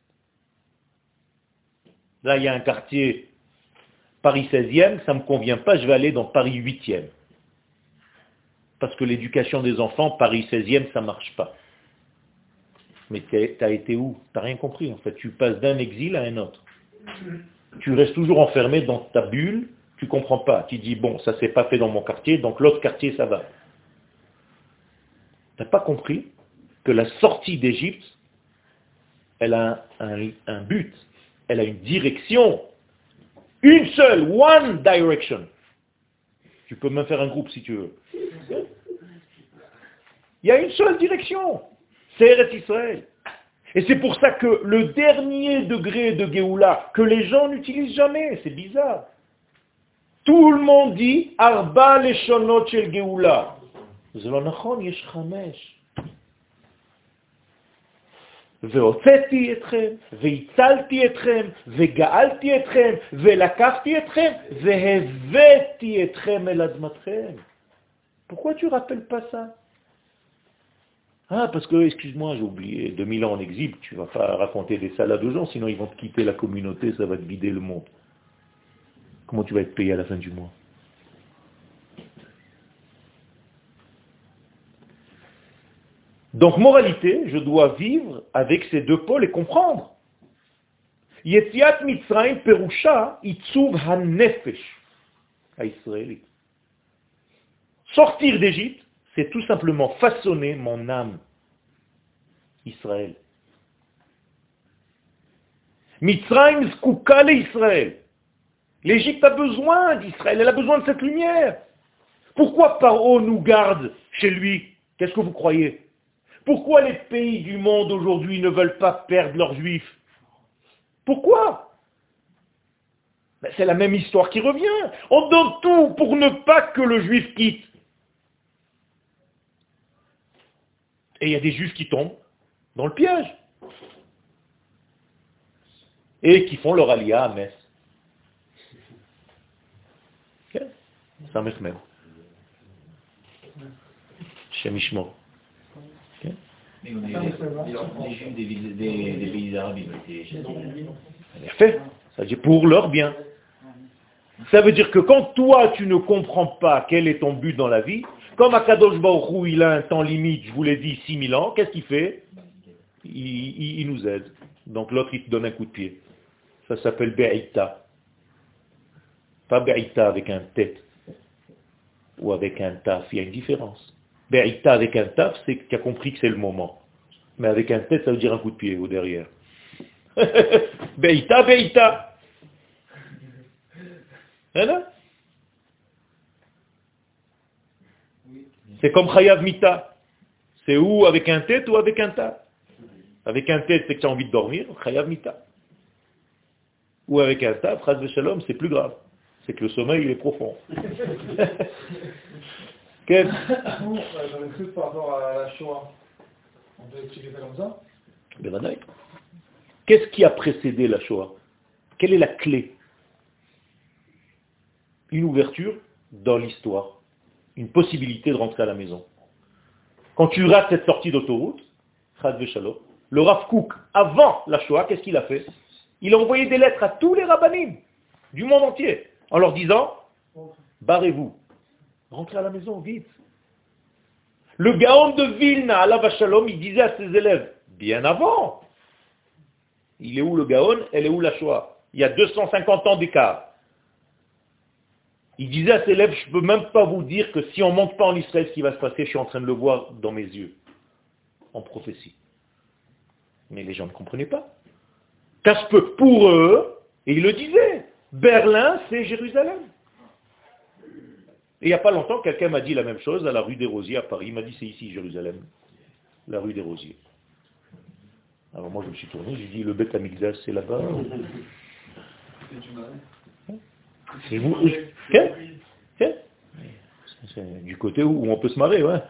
Là, il y a un quartier Paris 16e, ça ne me convient pas, je vais aller dans Paris 8e. Parce que l'éducation des enfants, Paris 16e, ça ne marche pas. Mais tu as été où? Tu n'as rien compris en fait. Tu passes d'un exil à un autre. Tu restes toujours enfermé dans ta bulle, tu ne comprends pas. Tu dis, bon, ça ne s'est pas fait dans mon quartier, donc l'autre quartier, ça va. Tu n'as pas compris que la sortie d'Égypte, elle a un but, elle a une direction. Une seule, one direction. Tu peux même faire un groupe si tu veux. Il y a une seule direction. C'est Eretz Israël. Et c'est pour ça que le dernier degré de Géoula, que les gens n'utilisent jamais, c'est bizarre. Tout le monde dit Arba leshonot shel Géoula. זה לא נכון, יש 5. והוצאתי אתכם, והצלתי אתכם, וגאלתי אתכם, ולקחתי אתכם, והבאתי אתכם אל אדמתכם. Pourquoi tu rappelles pas ça? Ah, parce que, excuse-moi, j'ai oublié, 2000 ans en exil, tu vas pas raconter des salades aux gens, sinon ils vont te quitter la communauté, ça va te vider le monde. Comment tu vas être payé à la fin du mois? Donc, moralité, je dois vivre avec ces deux pôles et comprendre. Yetziat Mitzrayim Perusha Itzuv HaNefesh HaYisraéli. Sortir d'Égypte, c'est tout simplement façonner mon âme. Israël. Mitzrayim Zkuka le Israël. L'Égypte a besoin d'Israël, elle a besoin de cette lumière. Pourquoi Paro nous garde chez lui? Qu'est-ce que vous croyez? Pourquoi les pays du monde aujourd'hui ne veulent pas perdre leurs juifs? Pourquoi? Ben, c'est la même histoire qui revient. On donne tout pour ne pas que le juif quitte. Et il y a des juifs qui tombent dans le piège. Et qui font leur alia à Metz. Okay. Ça me même. Shem Yishmor. Mais on est les juifs des pays arabes, c'est fait. Ça veut dire pour leur bien. Ça veut dire que quand toi tu ne comprends pas quel est ton but dans la vie, comme Akadosh Baruch Hu, il a un temps limite, je vous l'ai dit, 6000 ans, qu'est-ce qu'il fait? Il nous aide. Donc l'autre il te donne un coup de pied. Ça s'appelle Be'ita. Pas Be'ita avec un tête ou avec un taf, il y a une différence. Be'ita avec un taf, c'est qu'il a compris que c'est le moment. Mais avec un tête, ça veut dire un coup de pied au derrière. Be'ita, Be'ita. Voilà. C'est comme Chayav Mita. C'est ou avec un tête ou avec un taf. Avec un tête, c'est que tu as envie de dormir. Chayav Mita. ou avec un taf, Chas Shalom, c'est plus grave. C'est que le sommeil, il est profond. Quel Dans le truc par rapport à la Shoah, on peut expliquer ça comme ça? Ben, qu'est-ce qui a précédé la Shoah? Quelle est la clé? Une ouverture dans l'histoire, une possibilité de rentrer à la maison. Quand tu rates cette sortie d'autoroute, Chas Shalom, le Rav Kook, avant la Shoah, qu'est-ce qu'il a fait? Il a envoyé des lettres à tous les rabbanim du monde entier, en leur disant, barrez-vous, rentrez à la maison, vite. Le Gaon de Vilna, Alav Shalom, il disait à ses élèves, bien avant, il est où le Gaon, elle est où la Shoah? Il y a 250 ans d'écart. Il disait à ses élèves, je ne peux même pas vous dire que si on ne monte pas en Israël, ce qui va se passer, je suis en train de le voir dans mes yeux, en prophétie. Mais les gens ne comprenaient pas. Parce que pour eux, et il le disait, Berlin, c'est Jérusalem. Et il n'y a pas longtemps, quelqu'un m'a dit la même chose à la rue des Rosiers à Paris. Il m'a dit, c'est ici Jérusalem, la rue des Rosiers. Alors moi, je me suis tourné, j'ai dit, le Beth Amikdash, c'est là-bas. C'est vous. C'est du côté où on peut se marrer, ouais.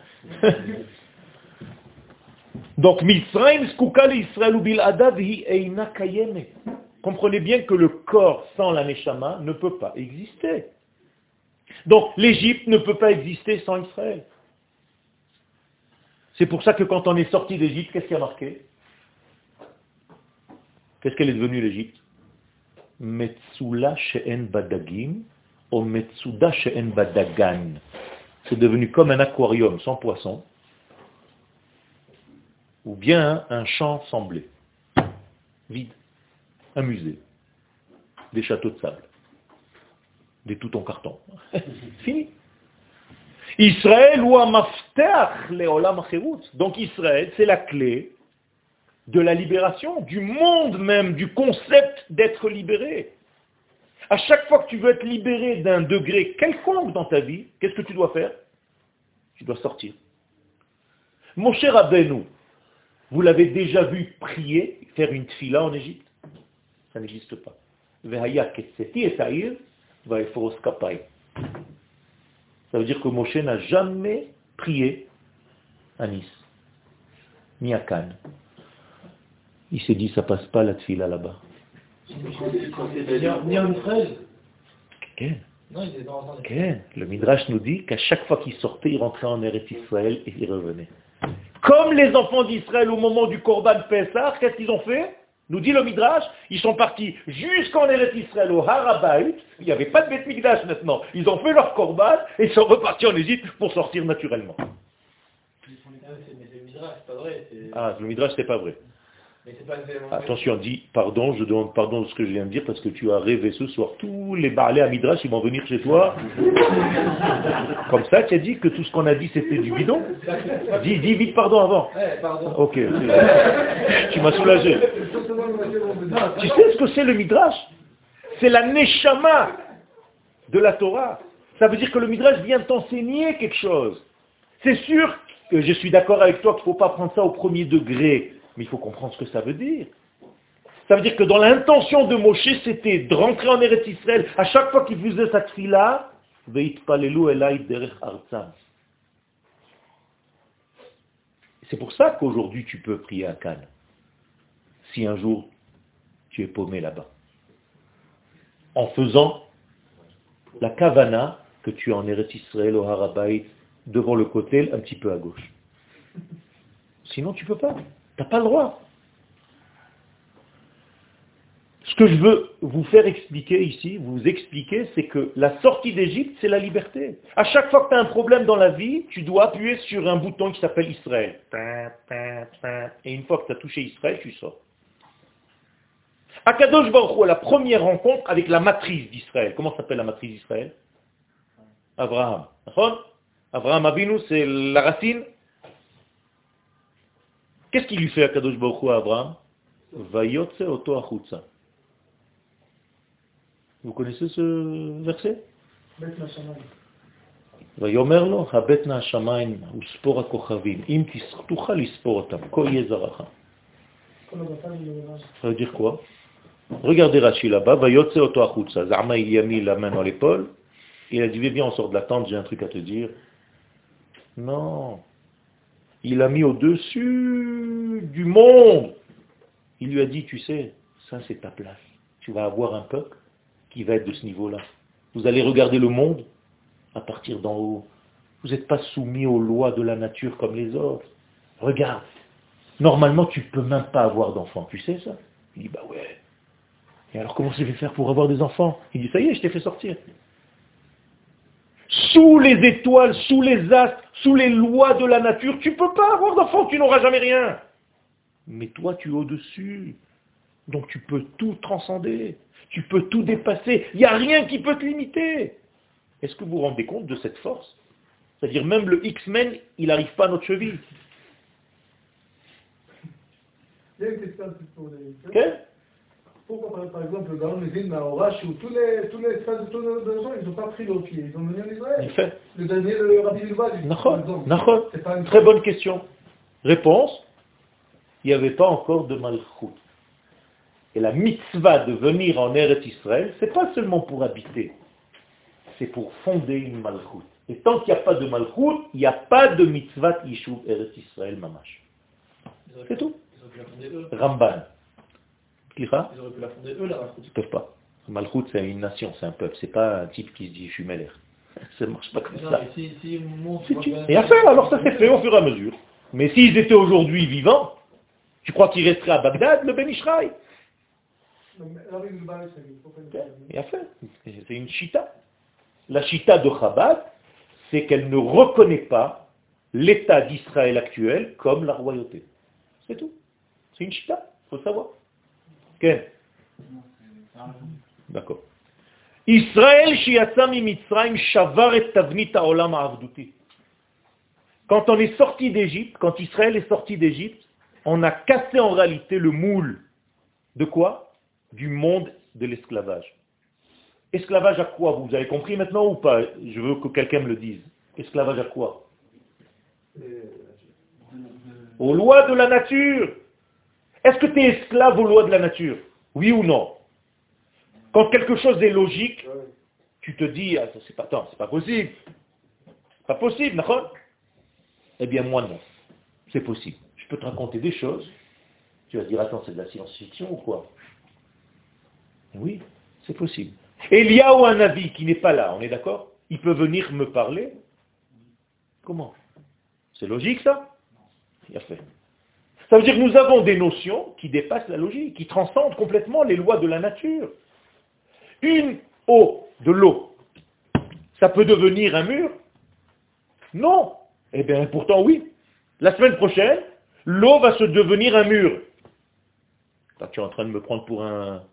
Donc, Mitzrayim skouka l'Israël ou bil'adav hi eina kayeme. Comprenez bien que le corps sans la neshama ne peut pas exister. Donc, l'Égypte ne peut pas exister sans Israël. C'est pour ça que quand on est sorti d'Égypte, qu'est-ce qui a marqué? Qu'est-ce qu'elle est devenue l'Égypte? Metsula she'en badagim ou Metsuda she'en badagan. C'est devenu comme un aquarium sans poisson, ou bien un champ sans blé, vide, un musée, des châteaux de sable, des tout en carton. Fini. Israël ou Amafteach leolam achirut. Donc Israël, c'est la clé de la libération, du monde même, du concept d'être libéré. À chaque fois que tu veux être libéré d'un degré quelconque dans ta vie, qu'est-ce que tu dois faire? Tu dois sortir. Mon cher Rabbeinu, vous l'avez déjà vu prier, faire une tfila en Égypte? Ça n'existe pas. Ça veut dire que Moshe n'a jamais prié à Nice, ni à Cannes. Il s'est dit, ça passe pas la tfila là-bas. Ni en Israël. Quel? Non, il est dans un... Quel? Le Midrash nous dit qu'à chaque fois qu'il sortait, il rentrait en Eretz Israël et il revenait. Comme les enfants d'Israël au moment du Korban Pessah, qu'est-ce qu'ils ont fait? Nous dit le Midrash, ils sont partis jusqu'en Eretz Israël au Harabaït, il n'y avait pas de Beth Mikdash maintenant. Ils ont fait leur Korban et ils sont repartis en Égypte pour sortir naturellement. Mais c'est le Midrash, c'est pas vrai. Ah, le Midrash, c'est pas vrai. Mais c'est pas Attention, dis pardon, je demande pardon de ce que je viens de dire parce que tu as rêvé ce soir. Tous les barlés à Midrash, ils vont venir chez toi. Comme ça, tu as dit que tout ce qu'on a dit, c'était du bidon. Dis vite pardon avant. Pardon. Ok, tu m'as soulagé. Tu sais ce que c'est le Midrash? C'est la neshama de la Torah. Ça veut dire que le Midrash vient t'enseigner quelque chose. C'est sûr que je suis d'accord avec toi qu'il ne faut pas prendre ça au premier degré. Mais il faut comprendre ce que ça veut dire. Ça veut dire que dans l'intention de Moshe, c'était de rentrer en Eretz Israël. À chaque fois qu'il faisait sa tfila, c'est pour ça qu'aujourd'hui tu peux prier à Cannes. Si un jour tu es paumé là-bas. En faisant la kavana que tu es en Eretz Israël au Harabaït, devant le côté, un petit peu à gauche. Sinon tu peux pas. Tu n'as pas le droit. Ce que je veux vous faire expliquer ici, vous expliquer, c'est que la sortie d'Égypte, c'est la liberté. À chaque fois que tu as un problème dans la vie, tu dois appuyer sur un bouton qui s'appelle Israël. Et une fois que tu as touché Israël, tu sors. Akadosh Baruch Hu, la première rencontre avec la matrice d'Israël. Comment s'appelle la matrice d'Israël? Abraham. Abraham Avinu, c'est la racine. Qu'est-ce qu'il lui fait à Kadosh Baruch Hu à Abraham? Vayotse oto achutza. Vous connaissez ce verset? Vayomer lo, habetna hashamayim uspor hakochavim, im titucha lispor otam, ko yeh zaracha. Ça veut dire quoi? Regardez Rashi là-bas, Vayotse oto achutza. Zarma, il y a mis la main dans l'épaule. Il a dit, viens, on sort de la tente, j'ai un truc à te dire. Non. Il a mis au-dessus du monde. Il lui a dit, tu sais, ça c'est ta place. Tu vas avoir un peuple qui va être de ce niveau-là. Vous allez regarder le monde à partir d'en haut. Vous n'êtes pas soumis aux lois de la nature comme les autres. Regarde. Normalement, tu ne peux même pas avoir d'enfants. Tu sais ça? Il dit, bah ouais. Et alors comment je vais faire pour avoir des enfants? Il dit, ça y est, je t'ai fait sortir. Sous les étoiles, sous les astres, sous les lois de la nature, tu ne peux pas avoir d'enfants, tu n'auras jamais rien. Mais toi, tu es au-dessus. Donc tu peux tout transcender. Tu peux tout dépasser. Il n'y a rien qui peut te limiter. Est-ce que vous vous rendez compte de cette force? C'est-à-dire même le X-Men, il n'arrive pas à notre cheville. Il y a une question pour les... Okay? Pourquoi, par exemple, dans les îles Mahorash, où tous les stades de gens, ils n'ont pas pris leurs pieds, ils ont venu en Israël. Il fait. Le dernier, le Rabbi Bilbao, par exemple. C'est pas une... Très bonne question. Réponse, il n'y avait pas encore de Malchut. Et la mitzvah de venir en Eretz Israël, c'est pas seulement pour habiter, c'est pour fonder une Malchut. Et tant qu'il n'y a pas de Malchut, il n'y a pas de mitzvah Yishuv Eretz Israël Mamash. C'est tout. Ils auraient pu la fonder eux. Ramban. Ils auraient pu la fonder eux, la Malchut. Ils ne peuvent pas. Malchut, c'est une nation, c'est un peuple. C'est pas un type qui se dit je suis Meller. Ça ne marche pas comme ça. Et à faire, alors ça s'est fait au fur et à mesure. Mais s'ils étaient aujourd'hui vivants, tu crois qu'ils resteraient à Bagdad, le Ben Ishraï? Et à faire. C'est une chita. La chita de Chabad, c'est qu'elle ne reconnaît pas l'état d'Israël actuel comme la royauté. C'est tout. C'est une chita, il faut le savoir. Ken? D'accord. Israël shiatsa mi Mitzrayim shavar et tavnit ha'olam ha'avduti. Quand on est sorti d'Égypte, quand Israël est sorti d'Égypte, on a cassé en réalité le moule de quoi? Du monde de l'esclavage. Esclavage à quoi? Vous avez compris maintenant ou pas? Je veux que quelqu'un me le dise. Esclavage à quoi? Aux lois de la nature. Est-ce que tu es esclave aux lois de la nature? Oui ou non? Quand quelque chose est logique, tu te dis, ah, c'est pas possible. Pas possible, d'accord? Eh bien moi non. C'est possible. Je peux te raconter des choses. Tu vas dire, attends, c'est de la science-fiction ou quoi? Oui, c'est possible. Eliyahu un Navi qui n'est pas là, on est d'accord? Il peut venir me parler? Comment? C'est logique ça? Il a fait. Ça veut dire que nous avons des notions qui dépassent la logique, qui transcendent complètement les lois de la nature. Une eau, de l'eau, ça peut devenir un mur? Non. Eh bien pourtant oui. La semaine prochaine, l'eau va se devenir un mur. Là, tu es en train de me prendre pour un...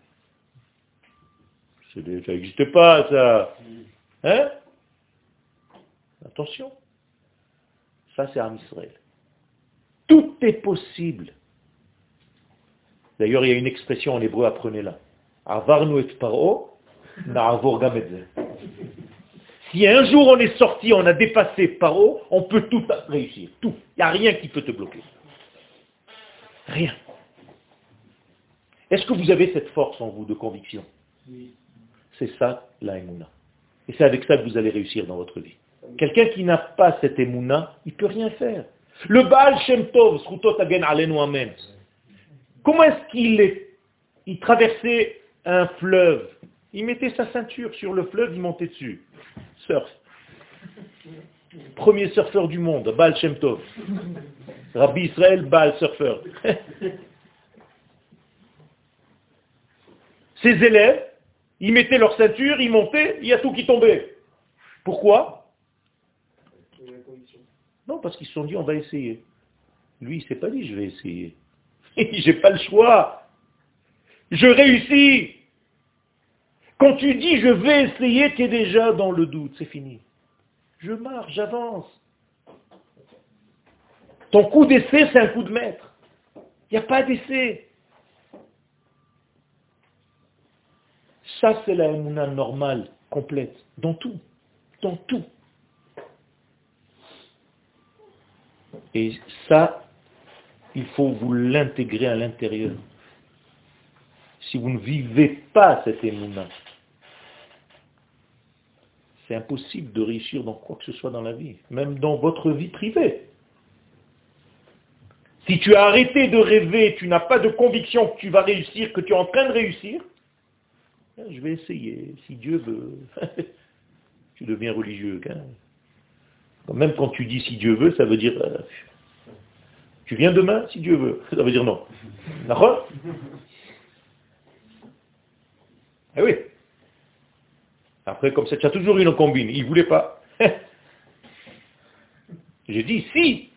Ça n'existe pas, ça. Hein? Attention. Ça, c'est Am Israël. Tout est possible. D'ailleurs, il y a une expression en hébreu, apprenez-la. Avarnu et paro, na'avor gam et ze. Si un jour on est sorti, on a dépassé paro, on peut tout réussir. Tout. Il n'y a rien qui peut te bloquer. Rien. Est-ce que vous avez cette force en vous de conviction? Oui. C'est ça, la Emouna. Et c'est avec ça que vous allez réussir dans votre vie. Quelqu'un qui n'a pas cette Emouna, il ne peut rien faire. Le Baal Shem Tov, Zchutot Hagen Alenu Amen. Comment est-ce il traversait un fleuve? Il mettait sa ceinture sur le fleuve, il montait dessus. Surf. Premier surfeur du monde, Baal Shem Tov. Rabbi Israël, Baal surfeur. Ses élèves, ils mettaient leur ceinture, ils montaient, il y a tout qui tombait. Pourquoi? Non, parce qu'ils se sont dit, on va essayer. Lui, il ne s'est pas dit, je vais essayer. J'ai pas le choix. Je réussis. Quand tu dis, je vais essayer, tu es déjà dans le doute, c'est fini. Je marche, j'avance. Ton coup d'essai, c'est un coup de maître. Il n'y a pas d'essai. Ça, c'est la émouna normale, complète, dans tout. Dans tout. Et ça, il faut vous l'intégrer à l'intérieur. si vous ne vivez pas cette émouna, c'est impossible de réussir dans quoi que ce soit dans la vie, même dans votre vie privée. Si tu as arrêté de rêver, tu n'as pas de conviction que tu vas réussir, que tu es en train de réussir, je vais essayer, si Dieu veut. Tu deviens religieux. Hein. Même quand tu dis si Dieu veut, ça veut dire tu viens demain si Dieu veut. Ça veut dire non. D'accord? Eh oui. Après, comme ça, tu as toujours une combine. Il ne voulait pas. J'ai dit si.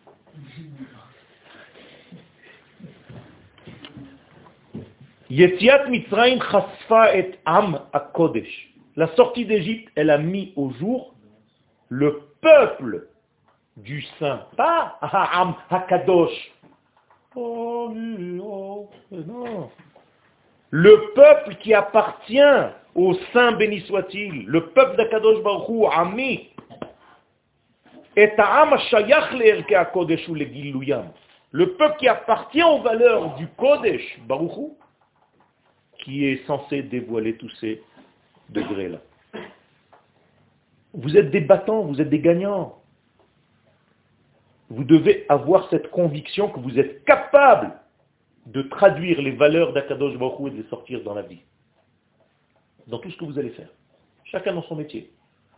Yetziat Mitzrayim chasfa et am hakodesh. La sortie d'Égypte, elle a mis au jour le peuple du Saint, pas am hakadosh. Oh, non. Le peuple qui appartient au Saint béni soit-il, le peuple d'Akadosh Baruch Hu, ami, et am shayach le'erkei hakodesh u legiluyam. Le peuple qui appartient aux valeurs du Kodesh Baruch Hu, qui est censé dévoiler tous ces degrés-là. Vous êtes des battants, vous êtes des gagnants. Vous devez avoir cette conviction que vous êtes capable de traduire les valeurs d'Akadosh Baruch Hu et de les sortir dans la vie. Dans tout ce que vous allez faire. Chacun dans son métier.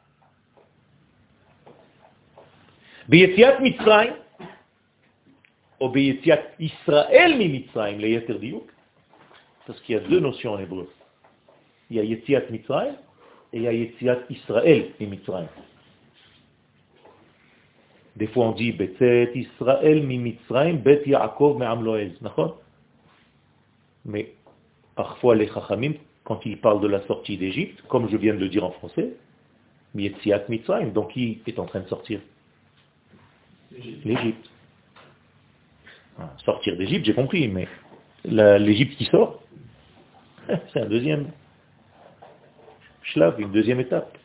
Beyetiat Mitzrayim, ou Beyetiat Israël mi Mitzrayim, les Yeter Diouk, parce qu'il y a deux notions en hébreu. Il y a Yetziat Mitzrayim et il y a Yetziat Israël mi Mitzrayim. Des fois on dit Betzet Israël mi Mitzrayim, Bet Yaakov me'am Loez. Mais parfois les Chachamim, quand ils parlent de la sortie d'Égypte, comme je viens de le dire en français, Yetziat Mitzrayim, donc qui est en train de sortir? L'Égypte. Sortir d'Égypte, j'ai compris, mais l'Égypte qui sort, c'est un deuxième shlav, une deuxième étape.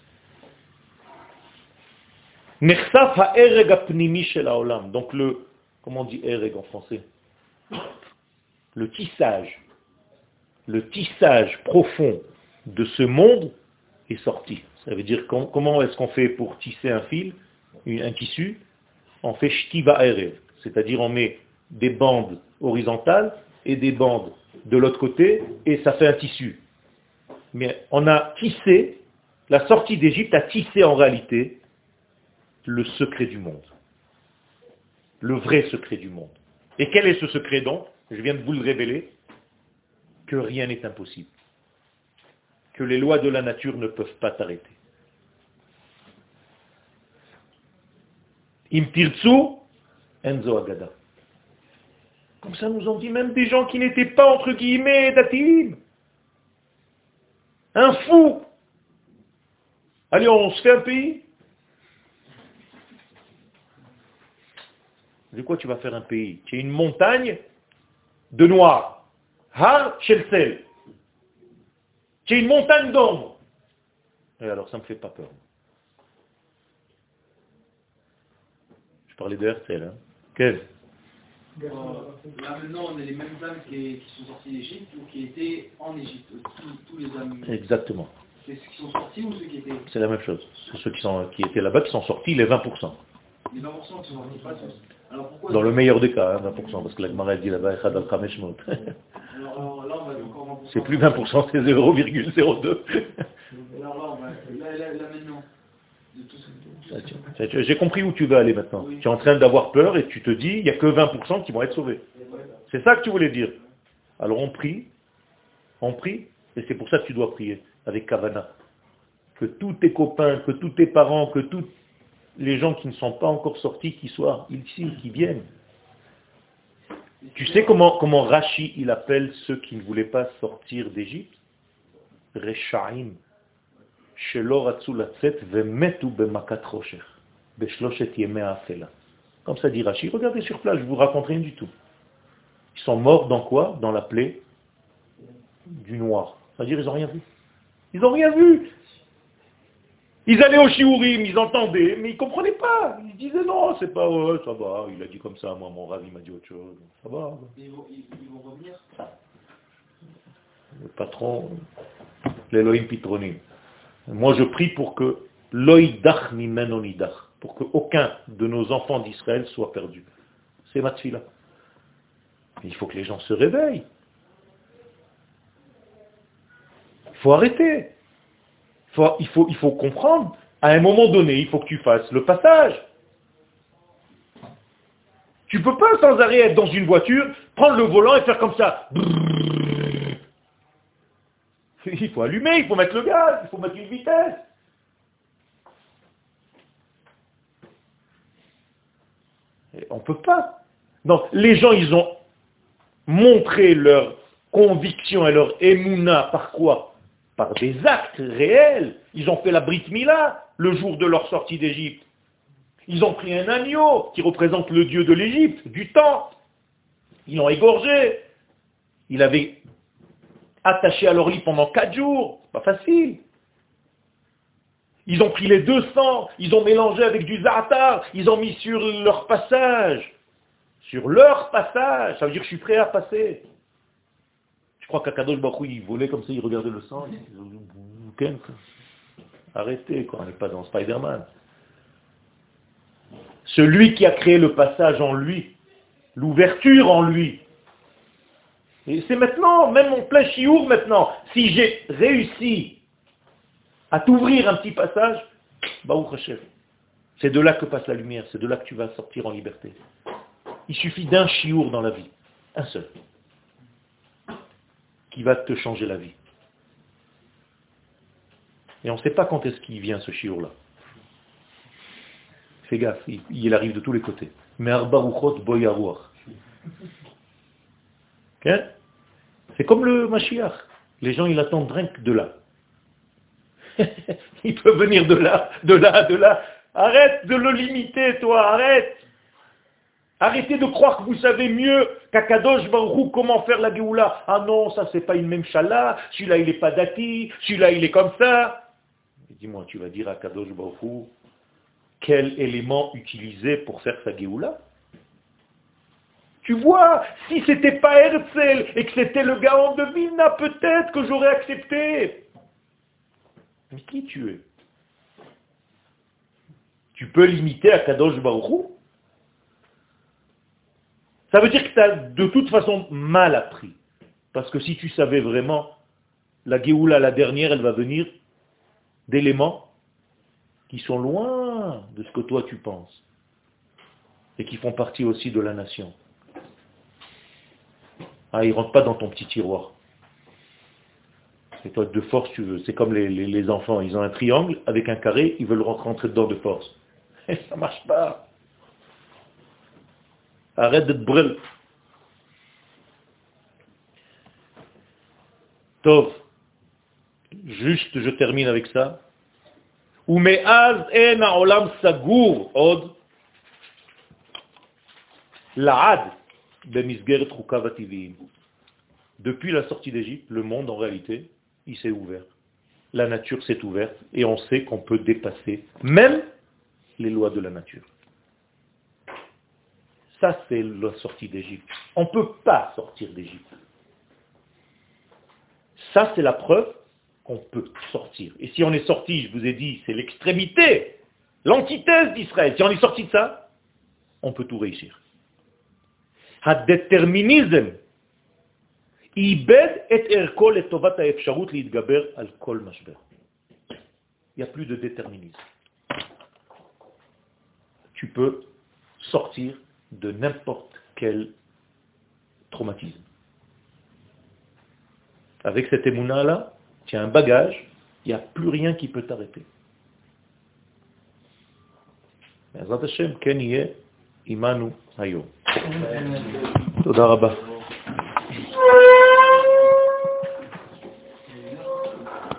Nechsaf ha'ereg ha'pnimi shel ha'olam. Donc comment on dit ereg en français? Le tissage profond de ce monde est sorti. Ça veut dire comment est-ce qu'on fait pour tisser un fil, un tissu? On fait shtiva erev, c'est-à-dire on met des bandes horizontales et des bandes de l'autre côté, et ça fait un tissu. Mais on a tissé, la sortie d'Égypte a tissé en réalité le secret du monde. Le vrai secret du monde. Et quel est ce secret donc? Je viens de vous le révéler, que rien n'est impossible. Que les lois de la nature ne peuvent pas t'arrêter. Im tirtsu, enzo agada. Comme ça nous ont dit même des gens qui n'étaient pas entre guillemets datim. Un fou. Allez, on se fait un pays. De quoi tu vas faire un pays? Tu as une montagne de noir. Har Shelsel. Tu as une montagne d'ombre. Et alors, ça ne me fait pas peur. Je parlais de Herzl. Hein. Quel? Là maintenant, on a les mêmes âmes qui sont sorties d'Égypte ou qui étaient en Égypte. Tous les âmes. Exactement. C'est ceux qui sont sortis ou ceux qui étaient? C'est la même chose. C'est ceux qui étaient là-bas qui sont sortis, les 20%. Les 20% qui sont sortis, pas tous. Alors pourquoi? Dans le meilleur des cas, 20%, parce que la Gemara dit là-bas, Echad al-Khameshmot. Alors là, on va encore 20%. C'est plus 20%, c'est 0,02. Alors là, on va. Là maintenant. J'ai compris où tu veux aller maintenant. Oui. Tu es en train d'avoir peur et tu te dis, il n'y a que 20% qui vont être sauvés. C'est ça que tu voulais dire. Alors on prie, et c'est pour ça que tu dois prier, avec Kavana. Que tous tes copains, que tous tes parents, que tous les gens qui ne sont pas encore sortis, qui soient ici, qui viennent. Tu sais comment Rashi, il appelle ceux qui ne voulaient pas sortir d'Égypte? Reshaim. Comme ça dit Rashi, regardez sur place, je vous raconte rien du tout. Ils sont morts dans quoi? Dans la plaie du noir. C'est-à-dire ils n'ont rien vu. Ils n'ont rien vu. Ils allaient au shiurim, ils entendaient, mais ils ne comprenaient pas. Ils disaient non, c'est pas, ouais, ça va, il a dit comme ça, moi mon ravi m'a dit autre chose. Ça va. Ils vont revenir. le patron, l'Elohim Pitronim. Moi je prie pour que l'oïdach mimen onidach, pour qu'aucun de nos enfants d'Israël soit perdu. C'est ma tfila. Il faut que les gens se réveillent. Il faut arrêter. Il faut comprendre. À un moment donné, il faut que tu fasses le passage. Tu ne peux pas sans arrêt être dans une voiture, prendre le volant et faire comme ça. Il faut allumer, il faut mettre le gaz, il faut mettre une vitesse. Et on ne peut pas. Donc, les gens, ils ont montré leur conviction et leur émouna par quoi? Par des actes réels. Ils ont fait la Brit Mila le jour de leur sortie d'Égypte. Ils ont pris un agneau qui représente le dieu de l'Égypte, du temps. Ils l'ont égorgé. Ils l'avaient attaché à leur lit pendant 4 jours. Pas facile. Ils ont pris les 200, ils ont mélangé avec du za'atar, ils ont mis sur leur passage. Sur leur passage. Ça veut dire que je suis prêt à passer. Je crois qu'Akadosh Baruch Hu, il volait comme ça, il regardait le sang. Arrêtez, quoi, on n'est pas dans Spider-Man. Celui qui a créé le passage en lui, l'ouverture en lui. Et c'est maintenant, même en plein chiour maintenant, si j'ai réussi à t'ouvrir un petit passage, Baruch Hashem. C'est de là que passe la lumière, c'est de là que tu vas sortir en liberté. Il suffit d'un chiour dans la vie, un seul, qui va te changer la vie. Et on ne sait pas quand est-ce qu'il vient ce chiour-là. Fais gaffe, il arrive de tous les côtés. Mais Arbaruchot boyaruach. Okay? C'est comme le Mashiach. Les gens, ils attendent rien que de là. Il peut venir de là, de là, de là. Arrête de le limiter, toi, arrête. Arrêtez de croire que vous savez mieux qu'Akadosh Baruch Hu comment faire la Géoula. Ah non, ça c'est pas une même chala, celui-là il est pas dati, celui-là il est comme ça. Dis-moi, tu vas dire à Akadosh Baruch Hu quel élément utiliser pour faire sa Géoula? Tu vois, si c'était pas Herzl et que c'était le Gaon de Vilna, peut-être que j'aurais accepté. Mais qui tu es? Tu peux limiter à Kadosh Baruch Hu? Ça veut dire que tu as de toute façon mal appris. Parce que si tu savais vraiment, la Géoula, la dernière, elle va venir d'éléments qui sont loin de ce que toi tu penses. Et qui font partie aussi de la nation. Ah, ils ne rentrent pas dans ton petit tiroir. Et toi, de force, tu veux. C'est comme les enfants. Ils ont un triangle avec un carré, ils veulent rentrer dedans de force. Et ça ne marche pas. Arrête d'être brûlé. Tov. Juste, je termine avec ça. Umeaz en haolam sagour od la'ad b'misgeret chukav hativiyim. Depuis la sortie d'Égypte, le monde, en réalité, il s'est ouvert. La nature s'est ouverte et on sait qu'on peut dépasser même les lois de la nature. Ça, c'est la sortie d'Égypte. On ne peut pas sortir d'Égypte. Ça, c'est la preuve qu'on peut sortir. Et si on est sorti, je vous ai dit, c'est l'extrémité, l'antithèse d'Israël. Si on est sorti de ça, on peut tout réussir. Hadéterminisme. Il n'y a plus de déterminisme. Tu peux sortir de n'importe quel traumatisme. Avec cette émouna-là, tu as un bagage, il n'y a plus rien qui peut t'arrêter. Bezrat Hashem, ken yeh imanu hayom. Toda rabba.